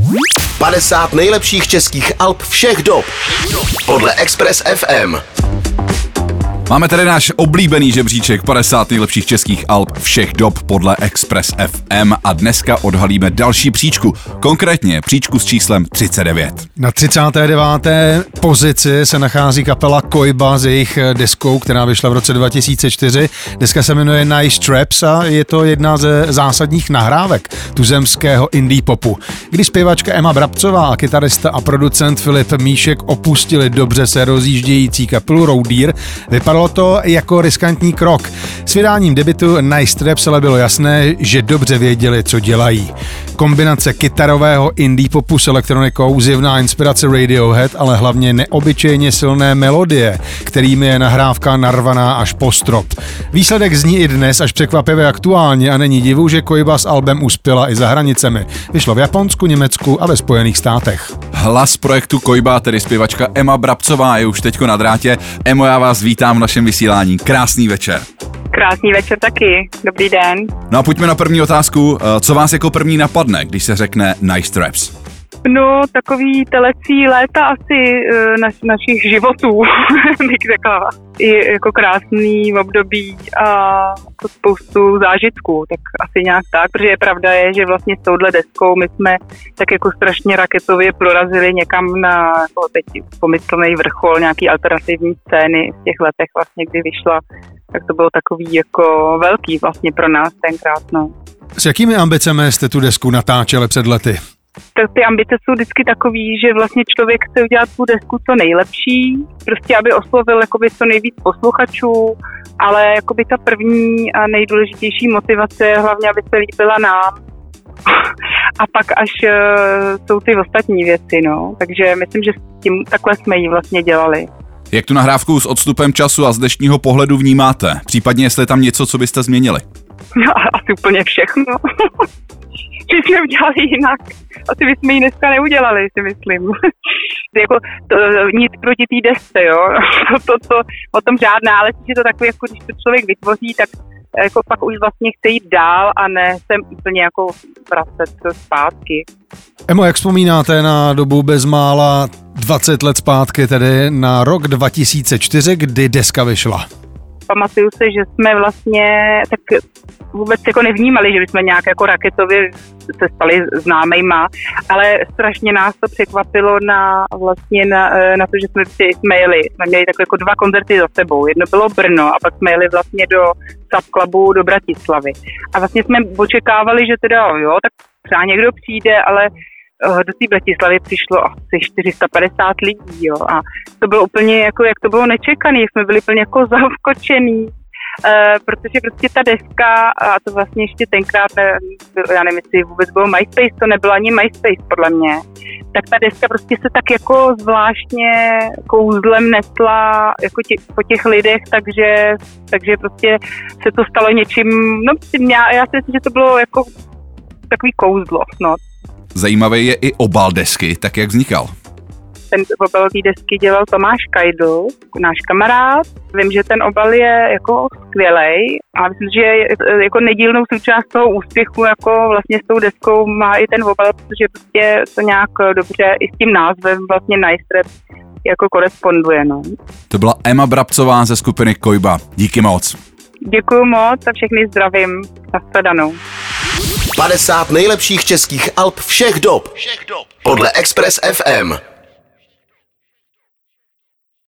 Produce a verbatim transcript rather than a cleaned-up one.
padesát nejlepších českých alb všech dob podle Express F M. Máme tady náš oblíbený žebříček padesát nejlepších českých alb všech dob podle Express F M a dneska odhalíme další příčku, konkrétně příčku s číslem třicet devět. Na třicáté deváté pozici se nachází kapela Koiba s jejich deskou, která vyšla v roce dva tisíce čtyři. Deska se jmenuje Nice Traps a je to jedna ze zásadních nahrávek tuzemského indie popu. Když zpěvačka Emma Brabcová a kytarista a producent Filip Míšek opustili dobře se rozjíždějící kapelu Road Deer, vypadalo to jako riskantní krok. S vydáním debutu Nice Traps ale bylo jasné, že dobře věděli, co dělají. Kombinace kytarového indie popu s elektronikou, zjevná inspirace Radiohead, ale hlavně neobyčejně silné melodie, kterými je nahrávka narvaná až po strop. Výsledek zní i dnes až překvapivě aktuálně a není divu, že Koiba s albem uspěla i za hranicemi. Vyšlo v Japonsku, Německu a ve Spojených státech. Hlas projektu Koiba, tedy zpěvačka Emma Brabcová, je už teďko na drátě. Emo, já vás vítám v našem vysílání. Krásný večer. Krásný večer taky. Dobrý den. No a pojďme na první otázku. Co vás jako první napadne, když se řekne Nice Traps? No, takový telecí léta asi naš, našich životů, bych řekla. I jako krásný období a jako spoustu zážitků, tak asi nějak tak, protože pravda je, že vlastně s touhle deskou my jsme tak jako strašně raketově prorazili někam na jako teď pomyslný vrchol nějaký alternativní scény v těch letech vlastně, kdy vyšla, tak to bylo takový jako velký vlastně pro nás tenkrát, no. S jakými ambicemi jste tu desku natáčeli před lety? Tak ty ambice jsou vždycky takový, že vlastně člověk chce udělat tu desku co nejlepší, prostě aby oslovil jakoby co nejvíc posluchačů, ale jakoby ta první a nejdůležitější motivace je hlavně, aby se líbila nám. A pak až uh, jsou ty ostatní věci, no. Takže myslím, že s tím takhle jsme ji vlastně dělali. Jak tu nahrávku s odstupem času a z dnešního pohledu vnímáte? Případně jestli je tam něco, co byste změnili? No, asi úplně všechno. My jsme udělali jinak. Asi bychom ji dneska neudělali, si myslím. jako to, nic proti té desce, jo. to, to, to, o tom žádná, ale je to takové, jako když to člověk vytvoří, tak jako pak už vlastně chce jít dál a ne sem úplně jako vracet zpátky. Emo, jak vzpomínáte na dobu bezmála dvacet let zpátky, tedy na rok dva tisíce čtyři, kdy deska vyšla? Pamatuju se, že jsme vlastně tak vůbec jako nevnímali, že bychom nějak jako raketově se stali známejma, ale strašně nás to překvapilo na vlastně na, na to, že jsme, jsme jeli. Jsme měli takové jako dva koncerty za sebou. Jedno bylo Brno a pak jsme jeli vlastně do Subclubu do Bratislavy. A vlastně jsme očekávali, že teda jo, tak třeba někdo přijde, ale do té Bratislavy přišlo asi čtyři sta padesát lidí, jo, a to bylo úplně jako, jak to bylo nečekaný, jsme byli úplně jako zaskočený, Uh, protože prostě ta deska, a to vlastně ještě tenkrát, já nevím, jestli vůbec bylo MySpace, to nebylo ani MySpace podle mě, tak ta deska prostě se tak jako zvláštně kouzlem nesla jako tě, po těch lidech, takže, takže prostě se to stalo něčím, no já, já si myslím, že to bylo jako takový kouzlo, no. Zajímavý je i obal desky, tak jak vznikal? Ten obal té desky dělal Tomáš Kajdl, náš kamarád. Vím, že ten obal je jako skvělej a myslím, že je jako nedílnou součást toho úspěchu, jako vlastně s tou deskou má i ten obal, protože prostě to nějak dobře i s tím názvem vlastně Nice Traps jako koresponduje, no. To byla Emma Brabcová ze skupiny Koiba. Díky moc. Děkuju moc a všechny zdravím. Nashledanou. padesát nejlepších českých alb všech dob podle Express F M.